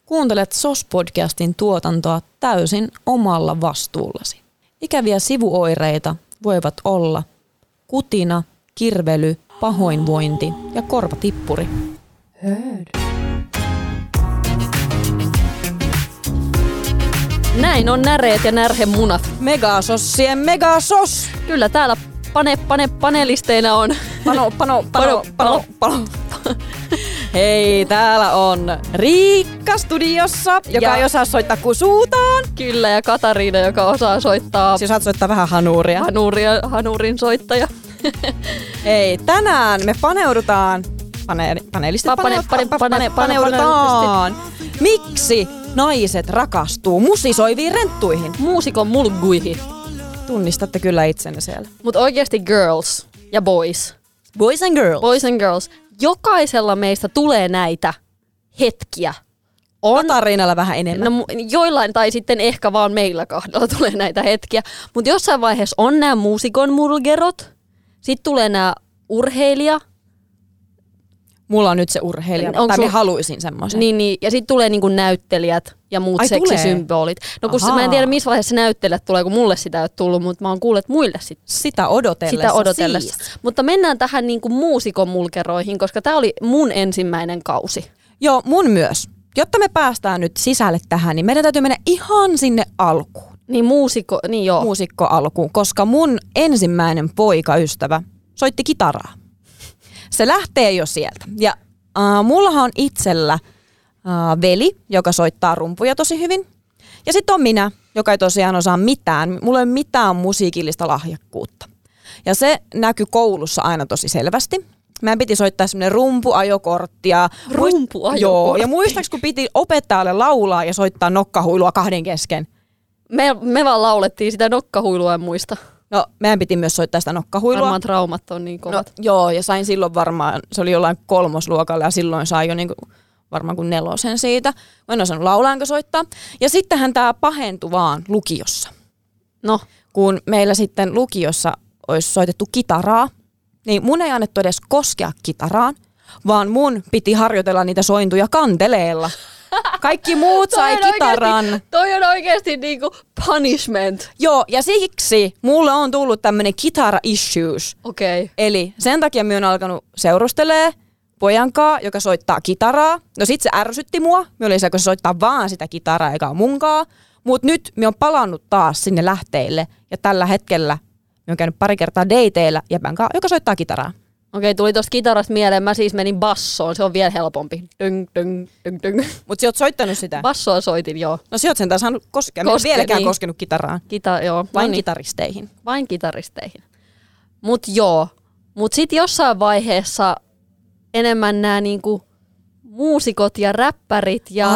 Kuuntelet SOS-podcastin tuotantoa täysin omalla vastuullasi. Ikäviä sivuoireita voivat olla kutina, kirvely, pahoinvointi ja korvatippuri. Heard. Näin on näreet ja närhemunat. Megasossien megasos! Kyllä täällä panelisteina on. Pano. Hei, täällä on Riikka studiossa, joka ei osaa soittaa kuin suutaan. Kyllä, ja Katariina, joka osaa soittaa. Siis osaat soittaa vähän hanuuria. Hanuurin soittaja. Hei, tänään me paneudutaan. Paneudutaan. Miksi naiset rakastuu musisoiviin renttuihin? Muusikon mulguihin. Tunnistatte kyllä itsenne siellä. Mut oikeesti girls ja boys. Boys and girls. Boys and girls. Jokaisella meistä tulee näitä hetkiä. Katariinalla vähän enemmän. No, joillain tai sitten ehkä vaan meillä kahdella tulee näitä hetkiä. Mutta jossain vaiheessa on nämä muusikon mulgerot. Sitten tulee nämä urheilija. Mulla on nyt se urheilija, tai me haluaisin semmoisen. Niin, ja sitten tulee niinku näyttelijät ja muut seksisymbolit. No kun mä en tiedä missä vaiheessa näyttelijät tulee, kun mulle sitä ei ole tullut, mutta mä oon kuullut, että muille sitä odotellessa. Siis. Mutta mennään tähän niinku muusikon mulkeroihin, koska tää oli mun ensimmäinen kausi. Joo, mun myös. Jotta me päästään nyt sisälle tähän, niin meidän täytyy mennä ihan sinne alkuun. Muusikko alkuun, koska mun ensimmäinen poikaystävä soitti kitaraa. Se lähtee jo sieltä. Ja mullahan on itsellä veli, joka soittaa rumpuja tosi hyvin. Ja sitten on minä, joka ei tosiaan osaa mitään. Mulla ei ole mitään musiikillista lahjakkuutta. Ja se näkyi koulussa aina tosi selvästi. Meidän piti soittaa semmoinen rumpuajokortti. Joo, ja muistaaks, kun piti opettajalle laulaa ja soittaa nokkahuilua kahden kesken? Me vaan laulettiin sitä nokkahuilua, en muista. No, meidän piti myös soittaa sitä nokkahuilua. Varmaan traumat on niin kovat. No, joo, ja sain silloin varmaan, se oli jollain 3. luokalla ja silloin sain jo niinku varmaan kuin 4 siitä. Mä en osannut laulaa enkä soittaa. Ja sittenhän tää pahentui vaan lukiossa. No. Kun meillä sitten lukiossa olisi soitettu kitaraa, niin mun ei annettu edes koskea kitaraan, vaan mun piti harjoitella niitä sointuja kanteleella. Kaikki muut sai kitaran. Toi on oikeesti niinku punishment. Joo, ja siksi mulle on tullut tämmönen kitara issues. Okei. Okay. Eli sen takia mä oon alkanut seurustelee pojankaa, joka soittaa kitaraa. No sit se ärsytti mua. Mä olin se, kun se soittaa vaan sitä kitaraa eikä munkaa. Mut nyt mä oon palannut taas sinne lähteille. Ja tällä hetkellä mä oon käynyt pari kertaa dateilla jäbänkaa, joka soittaa kitaraa. Okei, tuli tosta kitarasta mieleen. Mä siis menin bassoon. Se on vielä helpompi. Dyng. Mut sä oot soittanut sitä? Bassoa soitin, joo. No sä oot sentään saanut koskea. Mä en vieläkään koskenut kitaraan. Joo. Vain kitaristeihin. Vain kitaristeihin. Mut sit jossain vaiheessa enemmän nää niinku muusikot ja räppärit ja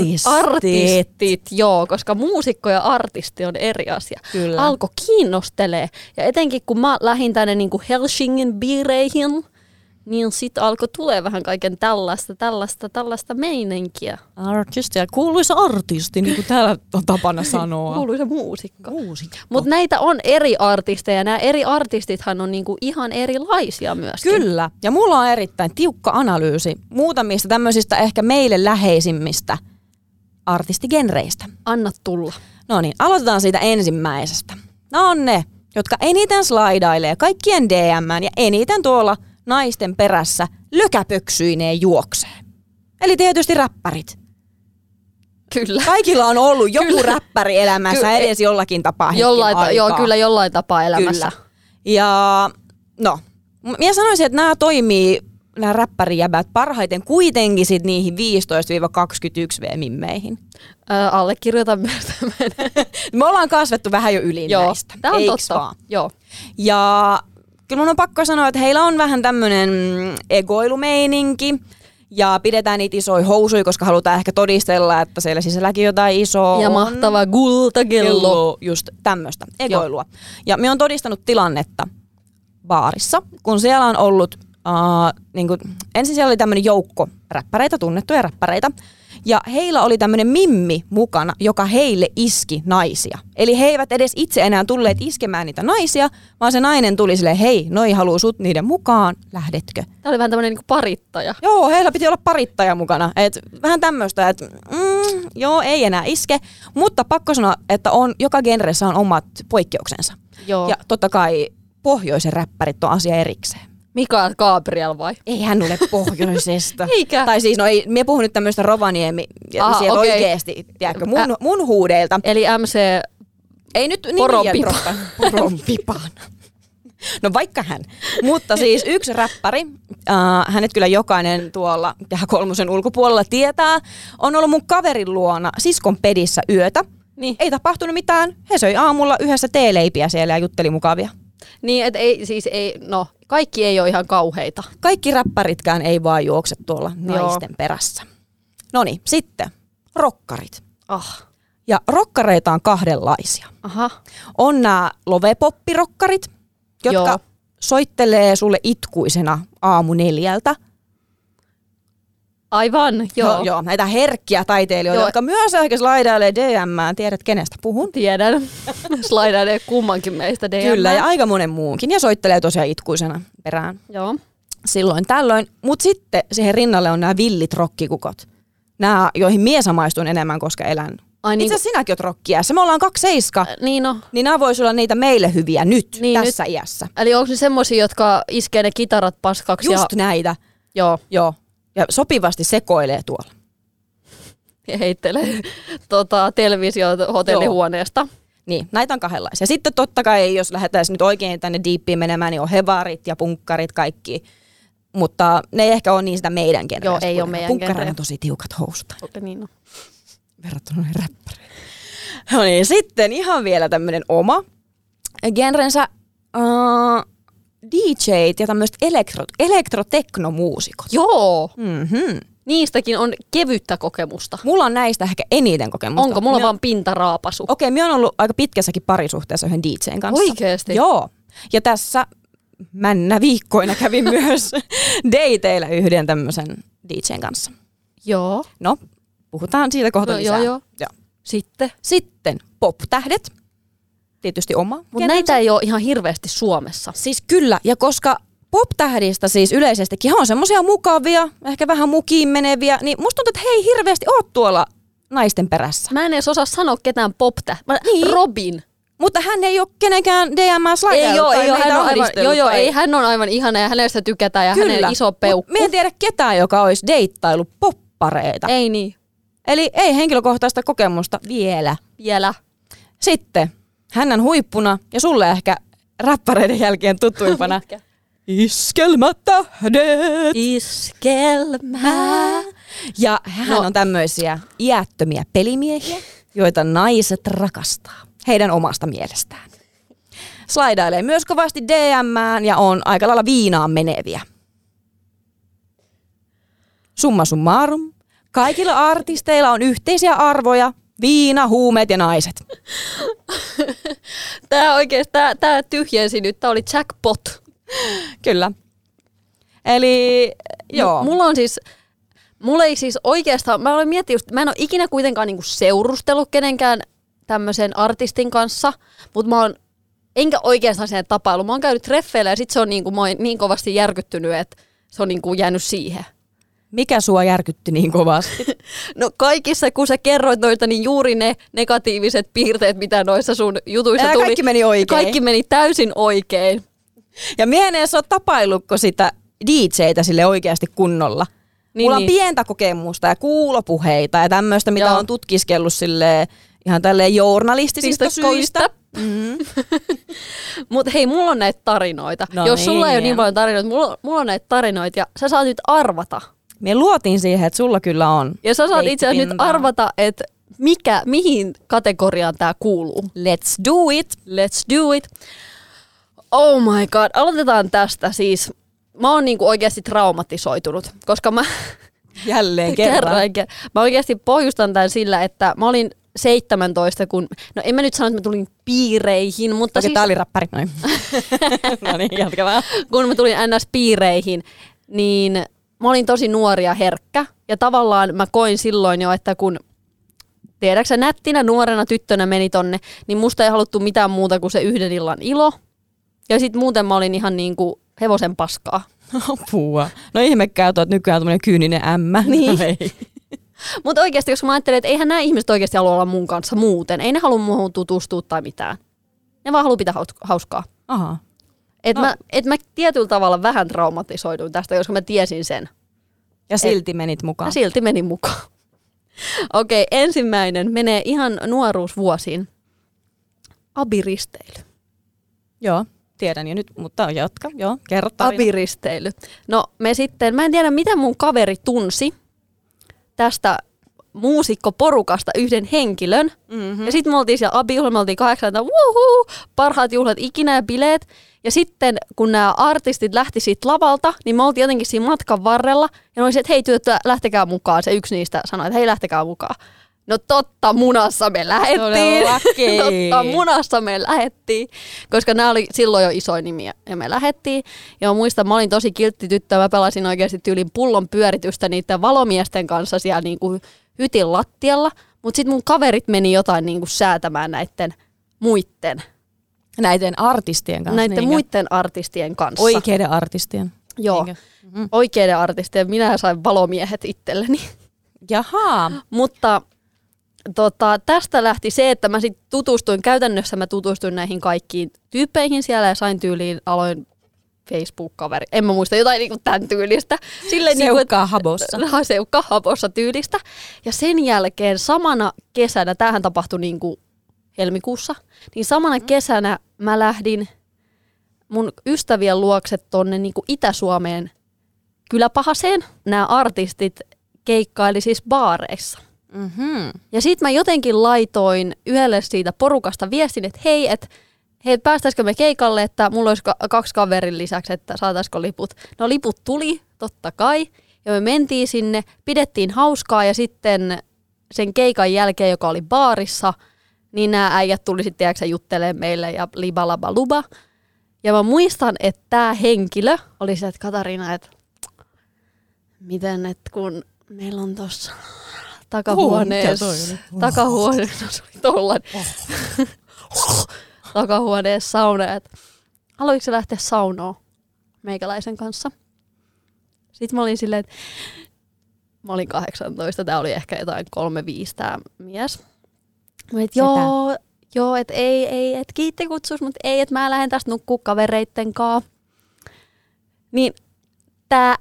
artistit, joo, koska muusikko ja artisti on eri asia. Kyllä. Alkoi kiinnostelee. Ja etenkin kun mä lähdin tänne niinku Helsingin biireihin, niin sit alkoi tulee vähän kaiken tällaista meininkiä. Artistia, kuuluisa artisti, niin kuin täällä on tapana sanoa. Kuuluisa muusikko. Mutta näitä on eri artisteja, ja nämä eri artistithan on niinku ihan erilaisia myöskin. Kyllä, ja mulla on erittäin tiukka analyysi muutamista tämmöisistä ehkä meille läheisimmistä artistigenreistä. Anna tulla. No niin, aloitetaan siitä ensimmäisestä. No on ne, jotka eniten slaidailee kaikkien DM:ään ja eniten tuolla naisten perässä lökäpöksyineen juoksee. Eli tietysti räppärit. Kyllä. Kaikilla on ollut joku räppäri elämässä edes jollakin tapaa jollain tapaa elämässä. Kyllä. Ja no, minä sanoisin, että nämä räppärijäbät parhaiten kuitenkin sit niihin 15-21 V-mimmeihin. Allekirjoitan myös tämän. Me ollaan kasvettu vähän jo yli näistä. Tämä on totta. Vaan? Joo. Ja kyllä mun on pakko sanoa, että heillä on vähän tämmönen egoilumeininki ja pidetään niitä isoja housuja, koska halutaan ehkä todistella, että siellä sisälläkin jotain isoa ja on. Mahtava kultakello. Just tämmöistä egoilua. Joo. Ja me on todistanut tilannetta baarissa, kun siellä on ollut, ensin siellä oli tämmöinen joukko räppäreitä, tunnettuja räppäreitä, ja heillä oli tämmöinen mimmi mukana, joka heille iski naisia. Eli he eivät edes itse enää tulleet iskemään niitä naisia, vaan se nainen tuli silleen, hei, noi haluu sut niiden mukaan, lähdetkö? Tämä oli vähän tämmöinen niinku parittaja. Joo, heillä piti olla parittaja mukana. Et vähän tämmöistä, että joo, ei enää iske. Mutta pakko sanoa, että joka genressä on omat poikkeuksensa. Joo. Ja totta kai pohjoisen räppärit on asia erikseen. Mikael Gabriel vai? Ei hän ole pohjoisesta. Eikä. Tai siis, no ei, minä puhun nyt tämmöistä Rovaniemi, ja siellä okei. oikeesti, tiedätkö, mun huudeilta. Eli MC Ei nyt Poronpipa. Poronpipaan. No vaikka hän. Mutta siis yksi räppäri, hänet kyllä jokainen tuolla Kehä Kolmosen ulkopuolella tietää, on ollut mun kaverin luona siskon pedissä yötä. Niin. Ei tapahtunut mitään. He söi aamulla yhdessä teeleipiä siellä ja jutteli mukavia. Niin, että kaikki ei ole ihan kauheita. Kaikki räppäritkään ei vaan juokse tuolla naisten perässä. Noniin, sitten rokkarit. Ja rokkareita on kahdenlaisia. Aha. On nämä lovepoppirokkarit, jotka soittelee sulle itkuisena aamu 4. Aivan, joo. Joo, näitä herkkiä taiteilijoita, jotka myös ehkä slaidailee DM:ään. Tiedät, kenestä puhun? Tiedän. Slaidailee kummankin meistä DM:ään. Kyllä, ja aika monen muunkin. Ja soittelee tosiaan itkuisena perään. Joo. Silloin tällöin. Mutta sitten siihen rinnalle on nämä villit rokkikukot. Nämä, joihin mie samaistun enemmän, koska elän. Itse asiassa sinäkin oot rokkiässä. Me ollaan 27. Niin no. Niin nämä vois olla niitä meille hyviä nyt, tässä iässä. Eli onko ne semmosia, jotka iskee ne kitarat paskaksi? Just näitä. Joo. Ja sopivasti sekoilee tuolla. Ja heittelee televisio-hotellihuoneesta. Niin, näitä on kahdenlaisia. Sitten totta kai, jos lähdetään nyt oikein tänne deepiin menemään, niin on hevarit ja punkkarit kaikki. Mutta ne ei ehkä ole niin sitä meidän genreä. Joo, ei ole meidän genreä. Punkkareilla on tosi tiukat housut. Niin on. Verrattuna noihin räppäreihin. No niin, sitten ihan vielä tämmönen oma genrensä. DJt ja tämmöiset elektroteknomuusikot. Joo. Mm-hmm. Niistäkin on kevyttä kokemusta. Mulla on näistä ehkä eniten kokemusta. Onko? Mulla on vaan pintaraapasu. Okei, minä olen ollut aika pitkässäkin parisuhteessa yhden DJn kanssa. Oikeesti? Joo. Ja tässä männä viikkoina kävin myös dateilla yhden tämmöisen DJn kanssa. Joo. No, puhutaan siitä kohta lisää. Joo. Sitten pop-tähdet. Tietysti oma. Mutta näitä ei ole ihan hirveästi Suomessa. Siis kyllä, ja koska pop-tähdistä siis yleisestikin on semmoisia mukavia, ehkä vähän mukiin meneviä, niin musta tuntuu, että he ei hirveästi ole tuolla naisten perässä. Mä en edes osaa sanoa ketään pop-tähtiä. Niin. Robin. Mutta hän ei ole kenenkään DM-slaidella tai meitä ahdistellut. Hän on aivan ihana ja hänestä tykätään ja kyllä. hänen iso peukku. Mä en tiedä ketään, joka olisi deittailu poppareita. Ei niin. Eli ei henkilökohtaista kokemusta vielä. Sitten hänen huippuna ja sulle ehkä räppäreiden jälkeen tuttuimpana. Iskelmätähdet. Iskelmä. Ja hän on tämmöisiä iättömiä pelimiehiä, joita naiset rakastaa heidän omasta mielestään. Slaidailee myös kovasti DM:ään ja on aika lailla viinaan meneviä. Summa summarum. Kaikilla artisteilla on yhteisiä arvoja. Viina, huumeet ja naiset. Tää tyhjensi nyt. Tää oli jackpot. Kyllä. Eli joo. Mulla ei siis oikeastaan, mä olen miettinyt, mä en ole ikinä kuitenkaan niinku seurustellut kenenkään tämmöisen artistin kanssa, mutta enkä oikeastaan sen tapailu. Mä oon käynyt treffeillä ja sit se on niinku, mä oon niin kovasti järkyttynyt, että se on niinku jäänyt siihen. Mikä sua järkytti niin kovasti? No kaikissa, kun sä kerroit noita, niin juuri ne negatiiviset piirteet, mitä noissa sun jutuissa tuli. Kaikki meni oikein. Kaikki meni täysin oikein. Ja mie en edes ole tapaillutko sitä DJtä sille oikeasti kunnolla. Mulla on pientä kokemusta ja kuulopuheita ja tämmöistä, mitä on tutkiskellut silleen, ihan tälleen journalistisista syistä. Mm-hmm. Mutta hei, mulla on näitä tarinoita. No jos sulla ei ole niin paljon tarinoita, mulla on näitä tarinoita ja sä saat nyt arvata. Me luotiin siihen, että sulla kyllä on. Ja sä saat itse asiassa nyt arvata, että mihin kategoriaan tää kuuluu. Let's do it. Let's do it. Oh my god, aloitetaan tästä siis. Mä oon niinku oikeasti traumatisoitunut, koska mä jälleen kerran. Mä oikeasti pohjustan tämän sillä, että mä olin 17, kun, no en mä nyt sano, että mä tulin piireihin, mutta okei, tää oli räppäri, noin. No niin, jatka vaan. Kun mä tulin NS-piireihin, niin mä olin tosi nuori ja herkkä. Ja tavallaan mä koin silloin jo, että kun tiedäksä nättinä nuorena tyttönä meni tonne, niin musta ei haluttu mitään muuta kuin se yhden illan ilo. Ja sit muuten mä olin ihan niinku hevosen paskaa. Apua. No ihmekään, että oot nykyään tommonen kyyninen ämmä. Niin. No, ei. Mutta oikeasti, jos mä ajattelen, että eihän nämä ihmiset oikeasti halua olla mun kanssa muuten. Ei ne halua muuhun tutustua tai mitään. Ne vaan haluaa pitää hauskaa. Aha. Mä tietyllä tavalla vähän traumatisoiduin tästä, koska mä tiesin sen. Ja silti menit mukaan. Ja silti menin mukaan. Okei, ensimmäinen menee ihan nuoruusvuosiin. Abiristeily. Joo, tiedän jo nyt, mutta jatka. Joo, kerro tarina. Abiristeily. No mä en tiedä mitä mun kaveri tunsi tästä muusikkoporukasta yhden henkilön. Mm-hmm. Ja sitten me oltiin siellä abijuhlilla, me oltiin 8, parhaat juhlat ikinä ja bileet. Ja sitten kun nämä artistit lähti siitä lavalta, niin me oltiin jotenkin siinä matkan varrella. Ja ne oli se, että hei tytöt, lähtekää mukaan. Se yksi niistä sanoi, että hei lähtekää mukaan. No totta munassa me lähettiin. Totta munassa me lähettiin. Koska nämä oli silloin jo isoja nimiä ja me lähettiin. Ja mä muistan, mä olin tosi kiltti tyttö. Mä pelasin oikeasti tyylin pullon pyöritystä niiden valomiesten kanssa siellä niinku hytin lattialla. Mutta sitten mun kaverit meni jotain niinku säätämään näiden muitten. Näiden artistien kanssa? Näiden muiden artistien kanssa. Oikeiden artistien? Joo, oikeiden artistien. Minä sain valomiehet itselleni. Jaha. Mutta tästä lähti se, että mä sitten käytännössä mä tutustuin näihin kaikkiin tyyppeihin siellä ja sain aloin Facebook-kaveri. En mä muista, jotain niinku tämän tyylistä. Seukkaa habossa. Seukkaa habossa tyylistä. Ja sen jälkeen samana kesänä, tämähän tapahtui niinku helmikuussa, niin samana kesänä mä lähdin mun ystävien luokse tonne niinku Itä-Suomeen Kyläpahaseen. Nämä artistit keikkaili siis baareissa. Mm-hmm. Ja sit mä jotenkin laitoin yhdelle siitä porukasta viestin, että hei, päästäisikö me keikalle, että mulla olisi 2 kaverin lisäksi, että saataisiko liput. No liput tuli, totta kai, ja me mentiin sinne, pidettiin hauskaa ja sitten sen keikan jälkeen, joka oli baarissa, niin nämä äijät tuli sitten juttelemaan meille ja libalabaluba. Ja mä muistan, että tämä henkilö oli se, että Katariina, että miten, että kun meillä on tossa takahuoneessa takahuoneessa sauna, että haluatko se lähteä saunoon meikäläisen kanssa? Sitten mä olin silleen, että mä olin 18, tää oli ehkä jotain 3-5 tää mies. Mä et joo, että ei, että kiitti kutsus, mutta ei, että mä lähden tästä nukkuu kavereitten kaa. Niin tää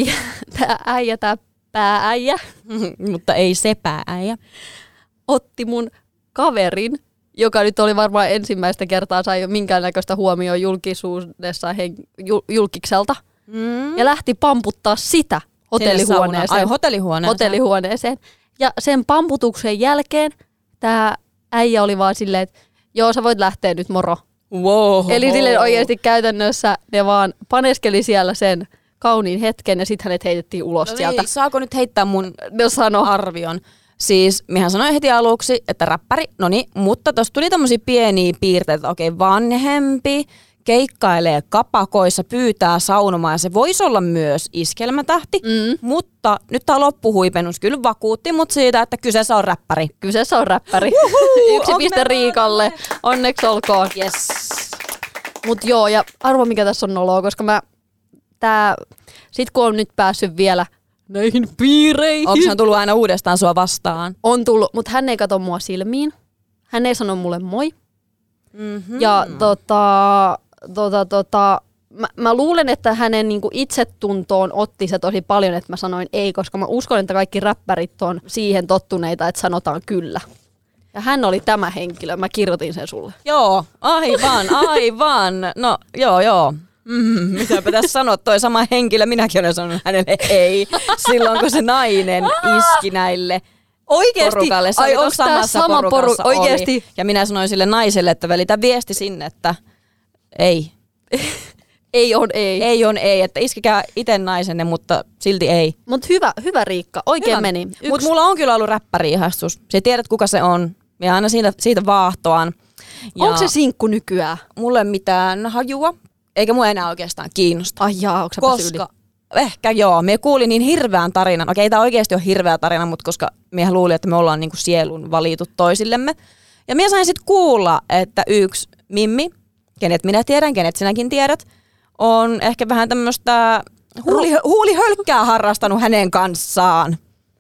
päääijä, mutta ei se päääijä, otti mun kaverin, joka nyt oli varmaan ensimmäistä kertaa sai minkäännäköistä huomioon julkisuudessa julkikselta, ja lähti pamputtaa sitä hotellihuoneeseen. Ja sen pamputuksen jälkeen tää äijä oli vaan silleen, että joo, sä voit lähteä nyt, moro. Wow. Eli silleen oikeasti käytännössä ne vaan paneskeli siellä sen kauniin hetken ja sitten hänet heitettiin ulos sieltä. Saako nyt heittää mun arvion? Siis mehän sanoin heti aluksi, että räppäri, no niin, mutta tossa tuli tommosia pieniä piirteitä, että okei, vanhempi, keikkailee kapakoissa, pyytää saunomaan ja se voisi olla myös iskelmätähti, mutta nyt tää loppuhuipennus kyllä vakuutti mut siitä, että kyseessä on räppäri. Kyseessä on räppäri. 1 piste Riikalle. Onneksi olkoon. Yes. Mut joo, ja arvo mikä tässä on noloa, koska sit kun on nyt päässyt vielä näihin piireihin. Onko hän tullut aina uudestaan sua vastaan? On tullut, mutta hän ei kato mua silmiin. Hän ei sano mulle moi. Mm-hmm. Ja mä luulen, että hänen niinku itsetuntoon otti se tosi paljon, että mä sanoin ei, koska mä uskon, että kaikki räppärit on siihen tottuneita, että sanotaan kyllä. Ja hän oli tämä henkilö, mä kirjoitin sen sulle. Joo, aivan. No joo. Mitäpä tässä sanoa, toi sama henkilö, minäkin olen sanonut hänelle ei, silloin kun se nainen iski näille porukalle. Se oli samassa porukassa oikeesti. Ja minä sanoin sille naiselle, että välitä viesti sinne, että ei. Ei on ei. Ei on ei, että iskikää itse naisenne, mutta silti ei. Mut hyvä Riikka, oikein meni. Mut mulla on kyllä ollut räppäri-ihastus. Sä tiedät kuka se on. Minä aina siitä vaahtoan. Onko se sinkku nykyään? Mulla ei mitään hajua. Eikä mua enää oikeastaan kiinnosta. Ai jaa, onko sä koska ehkä joo, me kuulin niin hirveän tarinan. Okei, tämä oikeasti on hirveä tarina, mutta koska miehän luuli, että me ollaan niinku sielun valitut toisillemme. Ja minä sain sitten kuulla, että yksi Mimmi, kenet minä tiedän, kenet sinäkin tiedät, on ehkä vähän tämmöistä huulihölkkää harrastanut hänen kanssaan.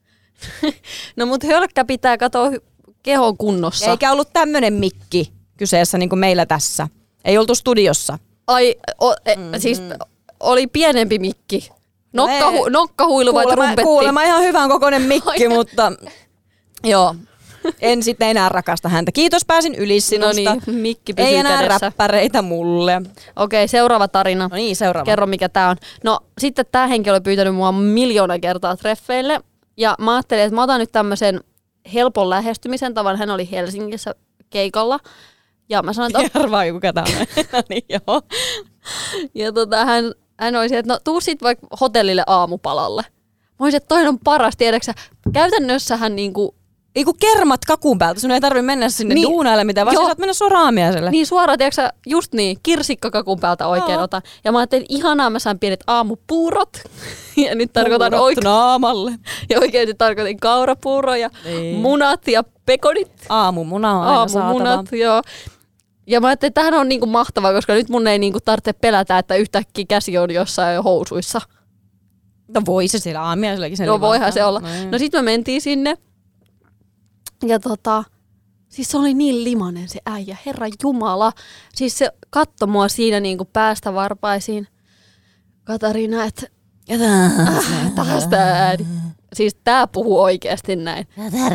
No mut hölkkä pitää katsoa kehon kunnossa. Eikä ollut tämmönen mikki kyseessä niin kuin meillä tässä. Ei oltu studiossa. Siis oli pienempi mikki. Nokkahuiluva trumpetti. Kuulemma ihan hyvän kokoinen mikki, mutta joo. En sitten enää rakasta häntä. Kiitos, pääsin yli sinusta. No niin, mikki pysyy ei enää kädessä. räppäreitä mulle. Okei, seuraava tarina. No niin, seuraava. Kerro, mikä tää on. No, sitten tää henkilö oli pyytänyt mua 1 000 000 kertaa treffeille. Ja mä ajattelin, että mä otan nyt tämmöisen helpon lähestymisen tavan. Hän oli Helsingissä keikalla. Ja mä sanoin, että... Arvaa, kuka tää on. niin, joo. Ja hän oli että no tuu sit vaikka hotellille aamupalalle. Mä olisin, että toi on paras, tiedäksä. Käytännössähän niinku... Ei kun kermat kakun päältä, sun ei tarvitse mennä sinne niin, duunaille mitään, vaan saat mennä suoraan aamiaiselle. Niin suoraan, tiedätkö just niin, kirsikka kakun päältä oikein otan. Ja mä ajattelin, ihanaa, mä sain pienet aamupuurot. Ja nyt tarkoitan oikein. Naamalle. Ja oikein tarkoitin kaurapuuroja, munat ja pekonit. Aamumuna on aina saatava. Joo. Ja mä ajattelin, että tämähän on niinku mahtavaa, koska nyt mun ei niinku tarvitse pelätä, että yhtäkkiä käsi on jossain housuissa. No voi se siellä aamiaisellekin. No voihan se olla. No sit me mentiin sinne. Ja siis se oli niin limanen se äijä, herra jumala. Siis se katsoi mua siinä niinku päästä varpaisiin. Katariina, että taas tää ääni. Siis tää puhuu oikeasti näin.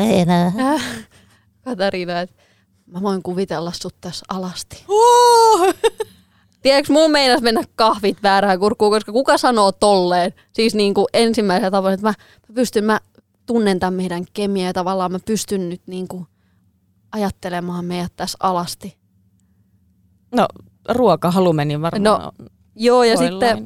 Katariina, että mä voin kuvitella sut tässä alasti. Tiedätkö, mun meinas mennä kahvit väärään kurkkuun, koska kuka sanoo tolleen? Siis niinku ensimmäisenä tavoin, että mä tunnen tämän meidän kemiaa ja tavallaan mä pystyn nyt niinku ajattelemaan meidät tässä alasti. No, ruokahalu meni varmaan. No, joo, ja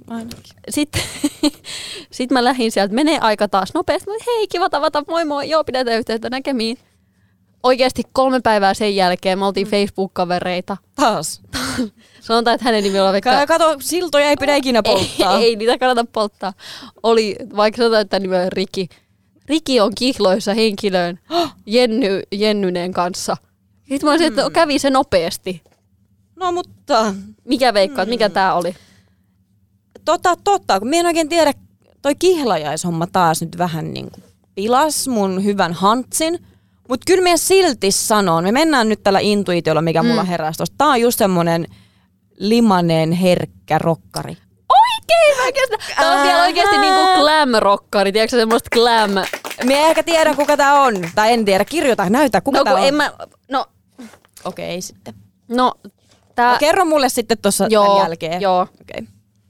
sitten mä lähdin sieltä, menee aika taas nopeasti. Hei, kiva tavata, moi moi, joo, pidetään yhteyttä, näkemiin. Oikeasti 3 päivää sen jälkeen me oltiin Facebook-kavereita. Taas? Sanotaan, että hänen nimi oli vaikka... Kato, siltoja ei pidä ikinä polttaa. ei niitä kannata polttaa. Oli, vaikka sanotaan, että nimi on Riki. Riki on kihloissa henkilöön Jennyneen kanssa. Sitten mä olisin, että kävi se nopeasti. No mutta... Mikä veikkaat, mikä tää oli? Totta, kun mä en oikein tiedä, toi kihlajaishomma taas nyt vähän niin kuin pilas mun hyvän hantsin. Mutta kyllä mä silti sanon, me mennään nyt tällä intuitiolla, mikä mulla heräsi tosta. Tää on just semmonen limanen, herkkä rokkari. Oikein! Tää on vielä oikeesti niinku glam-rokkari, tiedätkö semmoista glam... Mä ehkä tiedän, kuka tää on. Tai en tiedä, kirjoita, näytä, kuka tää on. Okei, sitten. No, tää... No, kerro mulle sitten tossa tämän jälkeen. Joo. Okei.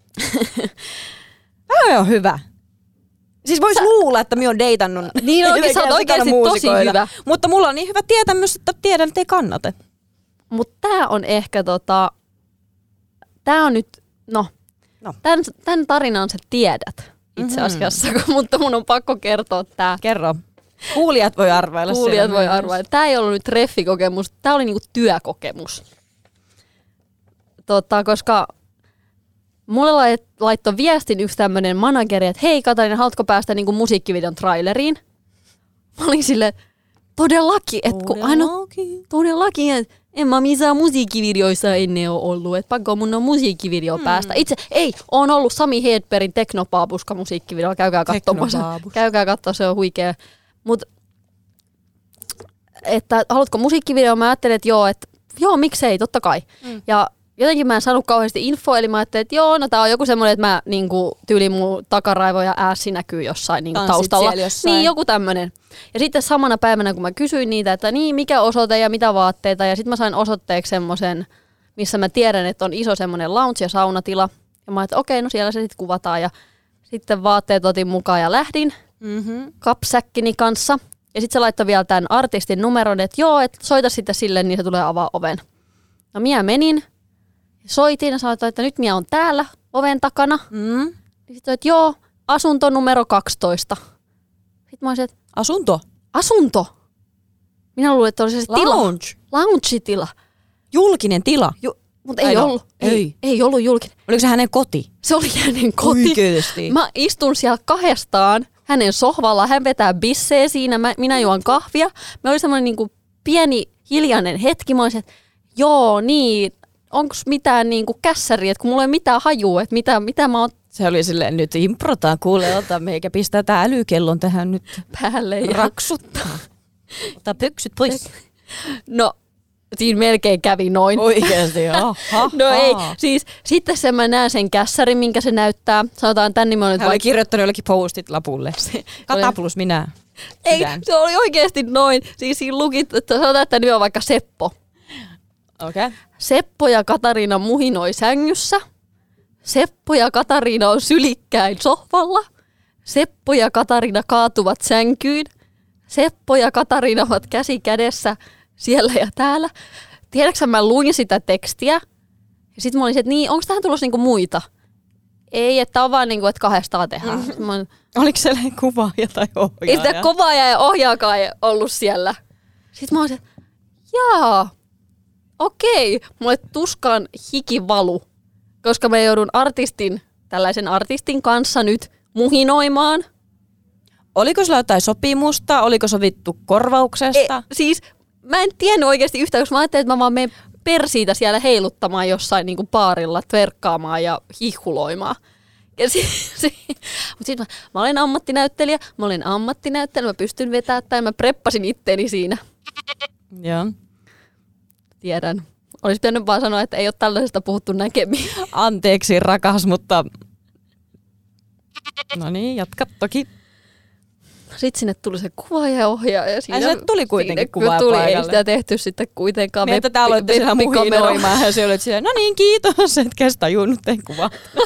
Tää on hyvä. Siis vois luulla, että minä oon deitannut. Niin onkin, sä oot oikeesti tosi hyvä. Mutta mulla on niin hyvä tietämys, että tiedän, että ei kannata. Mut tää on ehkä tää on nyt, tän tarinan sä tiedät itse asiassa, mutta mun on pakko kertoa tää. Kerro. Kuulijat voi arvailla. Kuulijat voi arvailla. Tää ei ollut nyt treffikokemus, tää oli niinku työkokemus. Koska mulle laittoi viestin yksi tämmönen manageri, että hei Katariina, haluatko päästä niinku musiikkivideon traileriin? Mä olin silleen, todellakin, että todellakin, että en mä missään musiikkivideoissa ennen ole ollut, että pakko mun on musiikkivideo päästä. Itse, oon ollut Sami Hedbergin Teknopaabuska musiikkivideo, käykää katsomaan, se on huikea. Mut, että haluatko musiikkivideo? Mä ajattelin, että joo, miksei, totta kai. Ja jotenkin mä en saanut kauheasti infoa, eli mä ajattelin, että no tää on joku semmoinen, että mä niinku, tyyliin mun takaraivo ja äässi näkyy jossain niinku, taustalla. Niin, joku tämmönen. Ja sitten samana päivänä, kun mä kysyin niitä, että niin, mikä osoite ja mitä vaatteita, ja sitten mä sain osoitteeksi semmoisen, missä mä tiedän, että on iso semmoinen lounge- ja saunatila. Ja mä ajattelin, okei, no siellä se sitten kuvataan. Ja sitten vaatteet otin mukaan ja lähdin kapsäkkini kanssa. Ja sitten se laittoi vielä tämän artistin numeron, että että soita sitten sille, niin se tulee avaa oven. No minä menin. Soitin ja sanoin, että nyt minä on täällä oven takana. Sitten sanoin, että asunto numero 12. Sitten mä olisin, että Asunto? Minä luulin, että oli se tila. Lounge-tila. Julkinen tila. Mutta ei ollut. Ei ollut julkinen. Oliko se hänen koti? Se oli hänen koti. Oikeesti. Mä istun siellä kahdestaan hänen sohvalla. Hän vetää bissejä siinä. Minä juon kahvia. Me oli semmoinen niinku pieni hiljainen hetki. Mä olisin, että niin... Onko mitään niinku kässäriä, että kun mulla ei mitään hajua, että mitä mä oon Se oli silleen, nyt improtaan, kuule, ota meikä pistää tää älykellon tähän nyt päälle ja raksuttaa. Ota pyksyt pois. No, siinä melkein kävi noin. Oikeasti, No ei, siis sitten mä näen sen kässärin, minkä se näyttää. Sanotaan tän nimen. Hän oli kirjoittanut jollekin postit lapulle. Kata plus minä. Ei, se oli oikeasti noin. Siis siinä luki, että sanotaan, että nimi on vaikka Seppo. Okay. Seppo ja Katariina muhinoi sängyssä. Seppo ja Katariina on sylikkäin sohvalla. Seppo ja Katariina kaatuvat sänkyyn. Seppo ja Katariina ovat käsi kädessä siellä ja täällä. Tiedätkö, mä luin sitä tekstiä. Ja sit mä olin, että niin, onko tähän tulossa niinku muita? Ei, että on vaan niinku, että 200 tehdään. Oliko sellainen kuvaaja tai ohjaaja? Ei sitä kuvaaja ja ohjaakaan ollut siellä. Sitten mä olin, että jaa, okei. Mulle tuskaan hiki valu, koska mä joudun tällaisen artistin kanssa nyt muhinoimaan. Oliko sulla jotain sopimusta? Oliko sovittu korvauksesta? Siis mä en tiennyt oikeasti yhtään, koska mä ajattelin, että mä vaan menen persiitä siellä heiluttamaan jossain niin kuin baarilla, tverkkaamaan ja hihkuloimaan. Mutta sitten mä olen ammattinäyttelijä, mä pystyn vetämään tai mä preppasin itteeni siinä. Joo. Tiedän. Olisi pitänyt vaan sanoa, että ei ole tällaisesta puhuttu näkemiin. Anteeksi rakas, mutta no niin, jatka toki. Sitten sinne tuli se kuvaaja ja ohjaaja. Se tuli kuitenkin kuvaaja paikalle. Ei sitä tehty sitten kuitenkaan. Meitä täällä olette siellä muhinoimaan ja se oli silleen, no niin kiitos, etkä sitä tajunnut tein kuvaa.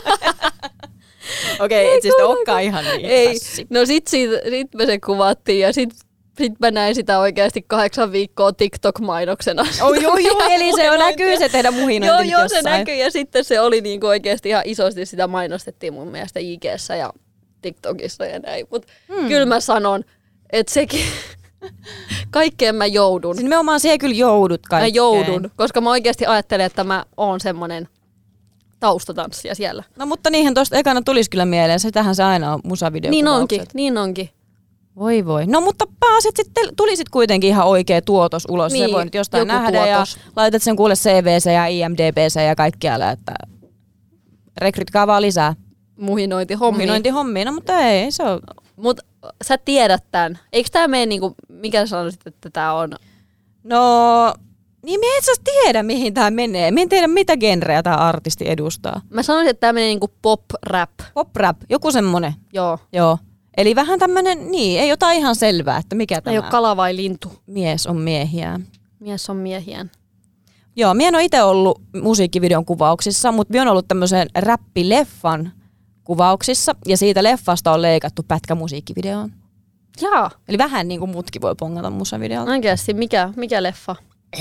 Okei, et siis olekaan ihan niin. Ei, no sit me se kuvattiin ja sit mä näin sitä oikeasti 8 viikkoa TikTok-mainoksena. Joo, eli se näkyy se tehdä muhinointi Joo, se näkyy ja sitten se oli niinku oikeasti ihan isosti sitä mainostettiin mun mielestä IG:ssä ja TikTokissa ja näin. Mut kyllä mä sanon, että sekin kaikkeen mä joudun. Siis nimenomaan siihen kyllä joudut kaikkeen. Mä joudun, koska mä oikeasti ajattelen, että mä oon semmonen taustatanssija siellä. No mutta niinhän tuosta ekana tulisi kyllä mieleen. Sitähän se aina on musavideokuvaukset. Niin onkin. Voi. No mutta pääset sitten, tulisit kuitenkin ihan oikea tuotos ulos. Niin, se voi nyt jostain nähdä tuotos. Ja laitat sen kuule CVC ja IMDBC ja kaikkialle, että rekrytkaa vaan lisää. Muhinointihommiin, no mutta ei se on. Mut sä tiedät tän. Eikö tää mene niinku, mikä sanoisit, että tää on? No, niin me et saa tiedä mihin tää menee. Me en tiedä mitä genreä tää artisti edustaa. Mä sanoisin, että tää menee niinku pop-rap. Pop-rap, joku semmonen. Joo. Eli vähän tämmönen, niin, ei jotain ihan selvää, että mikä tämä. Ei ole kala vai lintu. Mies on miehiään. Joo, mie en ole itse ollut musiikkivideon kuvauksissa, mutta mie on ollut tämmöisen räppileffan kuvauksissa ja siitä leffasta on leikattu pätkä musiikkivideoon. Jaa. Eli vähän niin kuin mutkin voi pongata musavideolta. Oikeasti, mikä leffa?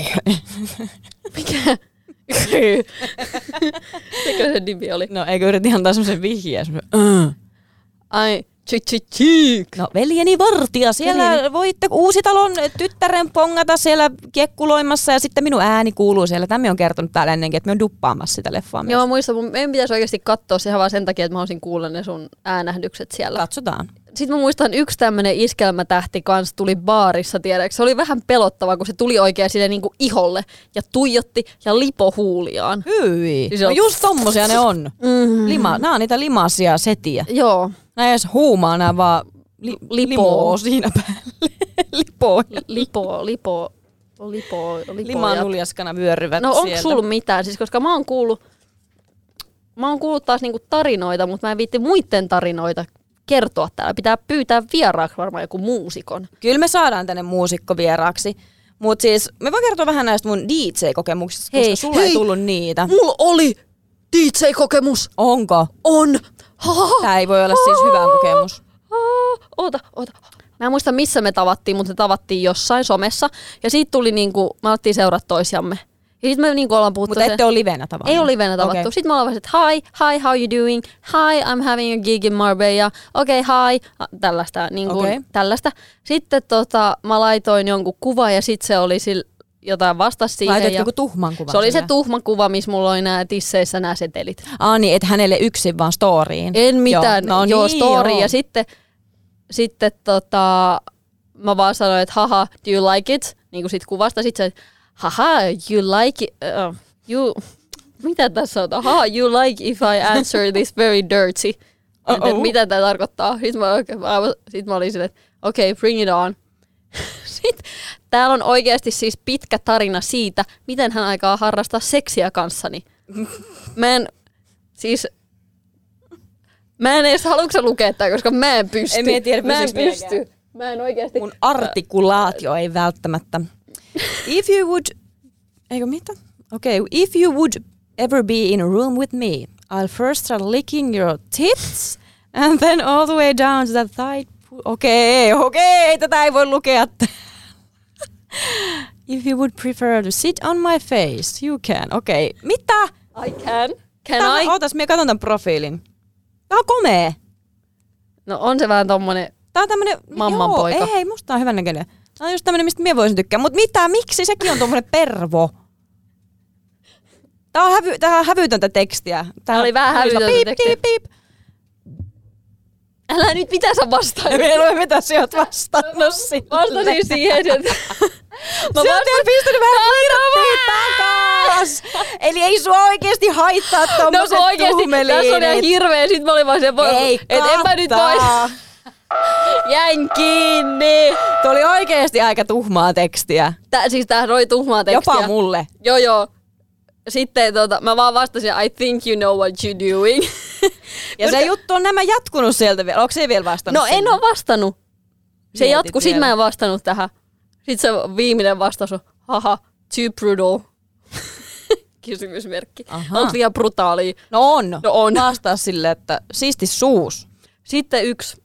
Mikä? Mikä se nimi oli? No eikö yritin antaa semmoisen vihjeen? Ai, No veljeni Vartija, siellä voitte Uusitalon tyttären pongata siellä kiekkuloimassa ja sitten minun ääni kuuluu siellä. Tämä on kertonut täällä ennenkin, että me on duppaamassa sitä leffaa myös. Joo, mä muistan, meidän pitäisi oikeasti katsoa se ihan vaan sen takia, että mä haluaisin kuulla ne sun äänähdykset siellä. Katsotaan. Sitten mä muistan, yksi tämmönen iskelmätähti kanssa tuli baarissa, tiedätkö? Se oli vähän pelottava, kun se tuli oikein sille niinku iholle ja tuijotti ja lipo huuliaan. Hyi, no just tommosia ne on. Nää on niitä limaisia setiä. Joo. Nää ei edes huumaa, nää vaan lipoo siinä päälle. Lipoo. Limaan uljaskana vyöryvät no sieltä. onko sulla mitään? Siis koska mä oon kuullut taas niinku tarinoita, mutta mä en viitti muiden tarinoita kertoa täällä. Pitää pyytää vieraaksi varmaan joku muusikon. Kyllä me saadaan tänne muusikko vieraaksi. Mutta siis me voin kertoa vähän näistä mun DJ-kokemuksista, koska sulla ei tullut niitä. Mulla oli DJ-kokemus. Onko? On. Tää ei voi olla siis hyvä kokemus. Oota. Mä en muista missä me tavattiin, mutta me tavattiin jossain somessa. Ja siitä tuli niinku, me alettiin seurata toisiamme. Ja sit me niinku ollaan puhuttu. Mutta ette ole livenä tavattu? Ei ole livenä tavattu. Okay. Sitten me ollaan että hi, how you doing? Hi, I'm having a gig in Marbella. Okei, hi. Tällaista, niinku, tällaista. Sitten mä laitoin jonkun kuvan ja sit se oli jotain vastasi siihen. Laitat joku tuhman kuvan? Se oli se tuhman kuva, missä mulla oli nää tisseissä nää setelit. Niin, et hänelle yksin vaan storyin. En mitään, joo, story. Ja sitten mä vaan sanoin, että haha, do you like it? Niin kuin sit kuvasta. Sitten se, haha, you like it. mitä tässä on? You like if I answer this very dirty. Mitä tämä tarkoittaa? Sitten mä olin silleen, että okei, bring it on. Sitten täällä on oikeasti siis pitkä tarina siitä, miten hän aikaa harrastaa seksiä kanssani. Mä en edes haluatko lukea tätä, koska mä en pysty. Mä en pysty. Mä en oikeasti. Mun artikulaatio ei välttämättä. If you would... Eikö mitä? Okay. If you would ever be in a room with me, I'll first start licking your tits and then all the way down to the thigh. Okei, tätä ei voi lukea. If you would prefer to sit on my face, you can. Okei. Mitä? I can. Can I? Ootas, minä katson tämän profiilin. Tää on komea. No on se vähän tommonen tää on tämmönen mammanpoika. Ei, musta on hyvän näköinen. Tää on just tämmönen, mistä minä voisin tykkää. Mut mitä? Miksi sekin on tommonen pervo? Tää on hävytöntä tekstiä. Tää oli vähän hävytöntä tekstiä. Piip. Älä nyt, mitä sä vastaat? Minä en ole mitä sä oot vastannut sille. Vastasin siihen, että... Sä oot pistänyt vähän virttiin takas. Eli ei sua oikeesti haittaa tommoset tuhmeliinit. Tässä on ihan hirveä. Sit mä olin vaan se, että en mä nyt vois. Jäin kiinni. Tuo oli oikeesti aika tuhmaa tekstiä. Siis tämähän oli tuhmaa tekstiä. Jopa mulle. Joo. Sitten mä vaan vastasin, I think you know what you're doing. Ja se juttu on nämä jatkunut sieltä vielä. Onko se vielä vastannut? No en ole vastannut. Se jatkuu, sit mä en vastannut tähän. Sitten se viimeinen vastaus on, haha, too brutal. Kysymysmerkki. Onko liian brutaalia? No on. Vastaa silleen, että siisti suus. Sitten yksi.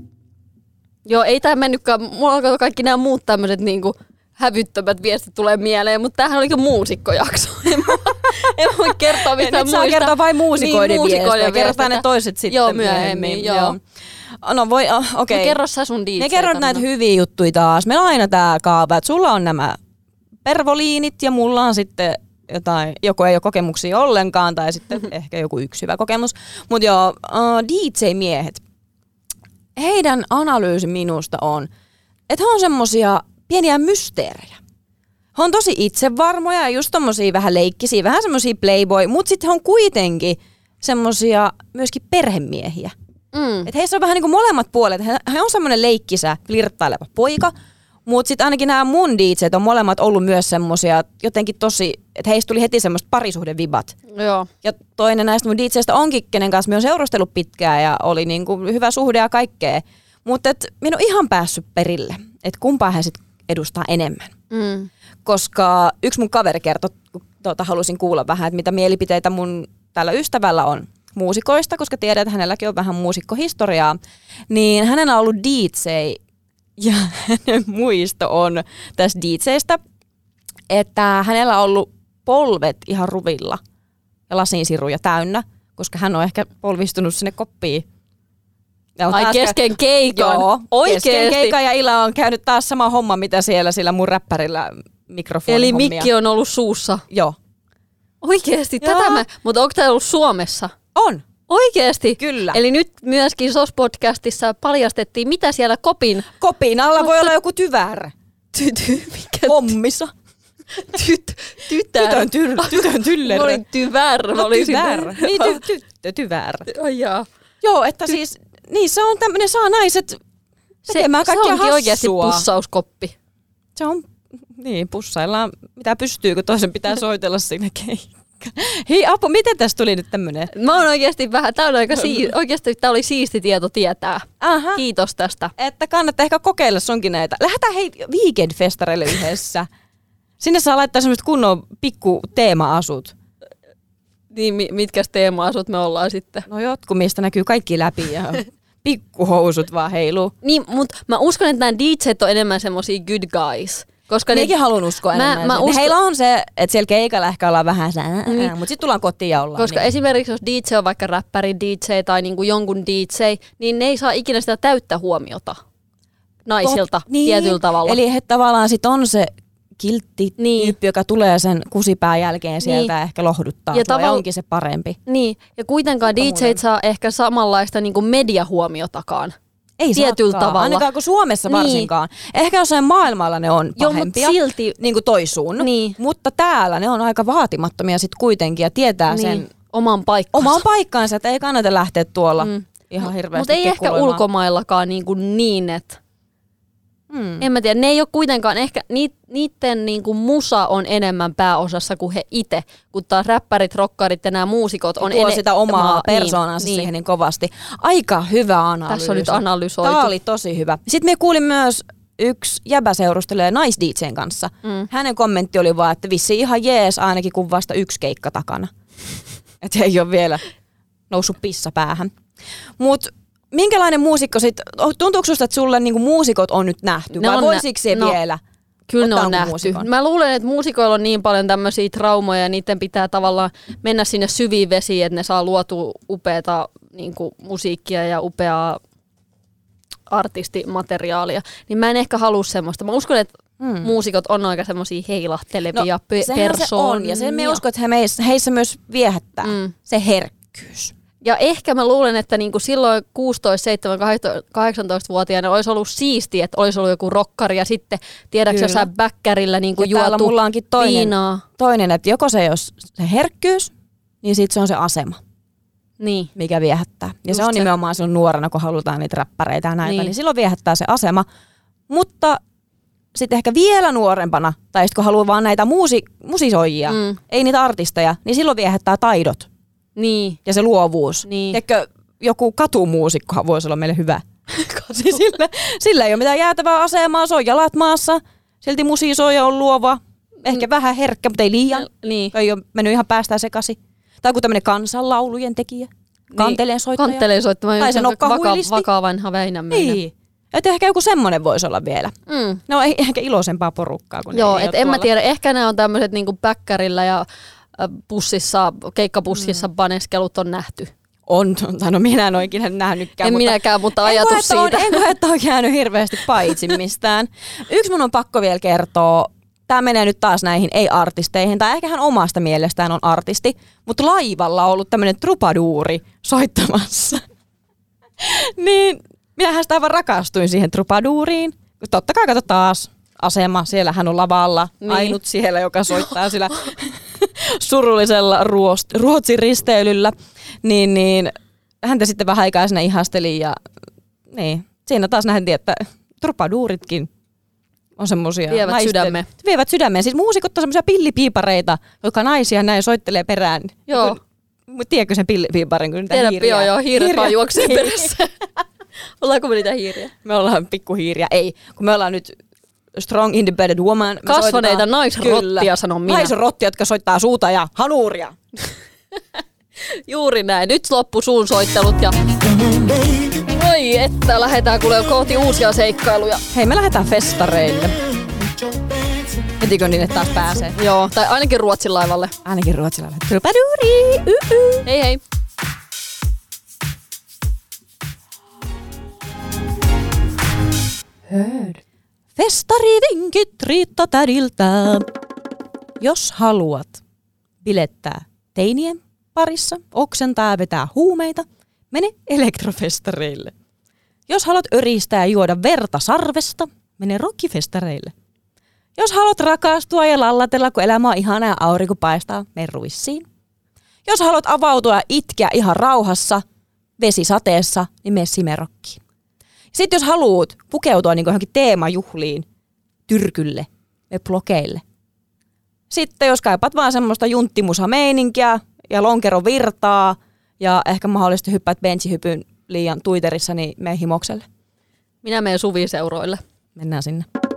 Joo, ei tää mennytkään. Mulla alkaa kaikki nämä muut tämmöiset niinku hävyttömät viestit tulee mieleen, mutta tämähän olikin muusikkojakso. En voi kertoa mitään muista. Nyt saa kertoa vain muusikoiden viestejä. Kerrotaan ne toiset sitten myöhemmin. Joo. No voi, okei. No kerro sä sun DJ. Ne kerrot näitä hyviä juttuja taas. Meillä on aina tää kaava, että sulla on nämä pervoliinit ja mulla on sitten jotain, joko ei ole kokemuksia ollenkaan tai sitten ehkä joku yksi hyvä kokemus. Mutta joo, DJ-miehet, heidän analyysi minusta on, että he on semmosia pieniä mysteerejä. He on tosi itsevarmoja ja just tommosia vähän leikkisiä, vähän semmosia playboy, mutta sitten he on kuitenkin semmosia myöskin perhemiehiä. Et heissä on vähän niinku molemmat puolet. He on semmoinen leikkisä, flirttaileva poika, mutta sitten ainakin nämä mun DJt on molemmat ollut myös semmosia jotenkin tosi, että heistä tuli heti semmoista parisuhdevibat. Joo. Ja toinen näistä mun DJistä onkin, kenen kanssa me on seurustellut pitkään ja oli niinku hyvä suhde ja kaikkea. Mutta mä en ole ihan päässyt perille, että kumpaa he sit edustaa enemmän. Koska yksi mun kaveri kertoi, kun halusin kuulla vähän, että mitä mielipiteitä mun tällä ystävällä on muusikoista, koska tiedän, että hänelläkin on vähän muusikkohistoriaa, niin hänellä on ollut DJ ja hänen muisto on tästä DJstä, että hänellä on ollut polvet ihan ruvilla ja lasinsiruja täynnä, koska hän on ehkä polvistunut sinne koppiin. Ai kesken keikan? Joo, oikeesti? Kesken keikan ja Ila on käynyt taas sama homma, mitä siellä sillä mun räppärillä mikrofonin eli hommia. mikki on ollut suussa? Joo. Oikeesti? Tätä mä... Mutta onko tämä ollut Suomessa? On. Oikeesti? Kyllä. Eli nyt myöskin SOS-podcastissa paljastettiin, mitä siellä kopin alla voi olla joku tyvär. Mikä? Hommissa. Tytär. Tytön tyllerä. Mä olin tyvär. No, tyvär. Niin, tyvär. Ai jaa. Joo, että siis, niin se on tämmönen, saa naiset tekemään kaikkia hassua. Se onkin oikeasti pussauskoppi. Se on, niin, pussaillaan mitä pystyy, kun toisen pitää soitella siinä keikkaan. Hei Apu, miten tästä tuli nyt tämmönen? Mä oon oikeasti vähän, tää on aika oikeasti tää oli siisti tieto tietää. Aha. Kiitos tästä. Että kannattaa ehkä kokeilla sunkin näitä. Lähdetään hei weekend-festareille yhdessä. Sinne saa laittaa semmoiset kunnon pikku teema-asut. Niin, mitkäs teema-asut me ollaan sitten? No jotkut, mistä näkyy kaikki läpi ja pikkuhousut vaan heiluu. Niin, mutta mä uskon, että nämä DJt on enemmän semmosia good guys. Koska Minäkin haluan uskoa enemmän. Heillä on se, että siellä keikalla ehkä ollaan vähän mutta sitten tullaan kotiin ja ollaan. Koska niin. Esimerkiksi jos DJ on vaikka räppäri DJ tai niinku jonkun DJ, niin ne ei saa ikinä sitä täyttä huomiota naisilta tietyllä tavalla. Eli he tavallaan sit on se kiltti tyyppi, joka tulee sen kusipään jälkeen sieltä ja ehkä lohduttaa. Ja onkin se parempi. Niin, ja kuitenkaan DJt saa ehkä samanlaista niinku mediahuomiotakaan. Ei tietyllä tavalla. Ainakaan kuin Suomessa varsinkaan. Ehkä jossain maailmalla ne on pahempia, silti niin kuin toi sun. Mutta täällä ne on aika vaatimattomia sit kuitenkin ja tietää sen oman paikkansa, että ei kannata lähteä tuolla ihan hirveästi Mutta ei ehkä ulkomaillakaan niin että en mä tiedä, ne ei ole kuitenkaan, ehkä niiden niinku musa on enemmän pääosassa kuin he itse, kun taas räppärit, rockarit ja nämä muusikot on tuo sitä omaa persoonansa siihen niin kovasti. Aika hyvä analyysi. Tässä on nyt analysoitu. Tämä oli tosi hyvä. Sitten me kuulin myös yksi jäbä seurustelee Nice-DJn kanssa. Hänen kommentti oli vaan, että vissi ihan jees ainakin kun vasta yksi keikka takana. Että ei ole vielä noussut pissa päähän. Mut minkälainen muusikko sitten, tuntuuko susta, että sulle niinku muusikot on nyt nähty vai voisiko se vielä? Kyllä ne on nähty. Muusikon? Mä luulen, että muusikoilla on niin paljon tämmöisiä traumoja ja niiden pitää tavallaan mennä sinne syviin vesiin, että ne saa luotua upeata niinku musiikkia ja upeaa artistimateriaalia. Niin mä en ehkä halua semmoista. Mä uskon, että muusikot on aika semmoisia heilahtelevia persoonia. Se on ja sen me uskon, että heissä myös viehättää se herkkyys. Ja ehkä mä luulen, että niinku silloin 16, 7, 18-vuotiaana olisi ollut siistiä, että olisi ollut joku rokkari ja sitten tiedätkö jossain bäkkärillä niinku juotu mulla onkin toinen, että joko se jos se herkkyys, niin sitten se on se asema, mikä viehättää. Ja just se on nimenomaan silloin nuorena, kun halutaan niitä räppäreitä ja näitä, niin silloin viehättää se asema. Mutta sitten ehkä vielä nuorempana, tai sitten kun haluaa vaan näitä musisoijia, ei niitä artisteja, niin silloin viehättää taidot. Niin. Ja se luovuus. Niin. Teikö joku katumuusikkohan voisi olla meille hyvä. Sillä ei ole mitään jäätävää asemaa, se on jalat maassa. Silti musisoija on luova. Ehkä vähän herkkä, mutta ei liian. Niin. Ei ole mennyt ihan päästään sekaisin. Tai kuin tämmöinen kansanlaulujen tekijä. Kanteleen soittaja. Kanteleen soittaja. Tai se nokkahuilisti. Vakaa vanha Väinämöinen. Niin. Että ehkä joku semmoinen voisi olla vielä. Ne on ehkä iloisempaa porukkaa kuin joo, että en mä tiedä. Ehkä nämä on tämmöiset niinku päkkärillä ja keikkabussissa paneskelut on nähty. On, no minä en oikein nähnytkään. En minäkään, mutta ajatus siitä. En koe, että on jäänyt hirveästi paitsi mistään. Yksi mun on pakko vielä kertoa. Tämä menee nyt taas näihin ei-artisteihin, tai ehkä hän omasta mielestään on artisti, mutta laivalla on ollut tämmöinen trupaduuri soittamassa. Niin minähän sitä aivan rakastuin siihen trupaduuriin. Totta kai kato taas asema, siellä hän on lavalla, ainut siellä, joka soittaa sillä surullisella Ruotsin risteilyllä, niin häntä sitten vähän aikaa sinne ihasteli ja niin, siinä taas nähtiin, että trupaduuritkin on semmosia vievät sydämeen. Siis muusikot on semmosia pillipiipareita, jotka naisia näin soittelee perään. Joo. Tiedätkö sen pillipiiparin? Tiedäpä joo, hiiret vaan juoksee perässä. Ollaanko me niitä hiiriä? Me ollaan pikkuhiiriä, ei, kun me ollaan nyt strong independent woman. Kasvaneita naisrottia, sanon minä. Naisrottia, jotka soittaa suuta ja hanuuria. Juuri näin. Nyt loppu suun soittelut ja oi että, lähdetään kuule kohti uusia seikkailuja. Hei, me lähdetään festareille. Etikö niin, että taas pääsee? Joo, tai ainakin Ruotsin laivalle. Ainakin Ruotsin laivalle. Trupaduuri! Hei hei! Heard. Festarivinkit Riitta tädiltä. Jos haluat bilettää teinien parissa, oksentaa ja vetää huumeita, mene elektrofestareille. Jos haluat öristää ja juoda verta sarvesta, mene rockifestareille. Jos haluat rakastua ja lallatella, kun elämä on ihana ja aurinko paistaa, mene ruissiin. Jos haluat avautua ja itkeä ihan rauhassa, vesisateessa, niin mene Simerokkiin. Sitten jos haluat pukeutua niin johonkin teemajuhliin, tyrkylle ja blokeille. Sitten jos kaipaat vaan semmoista junttimusa-meininkiä ja lonkeron virtaa ja ehkä mahdollisesti hyppäät benchihypyn liian Twitterissä, niin mene Himokselle. Minä menen Suviseuroille. Mennään sinne.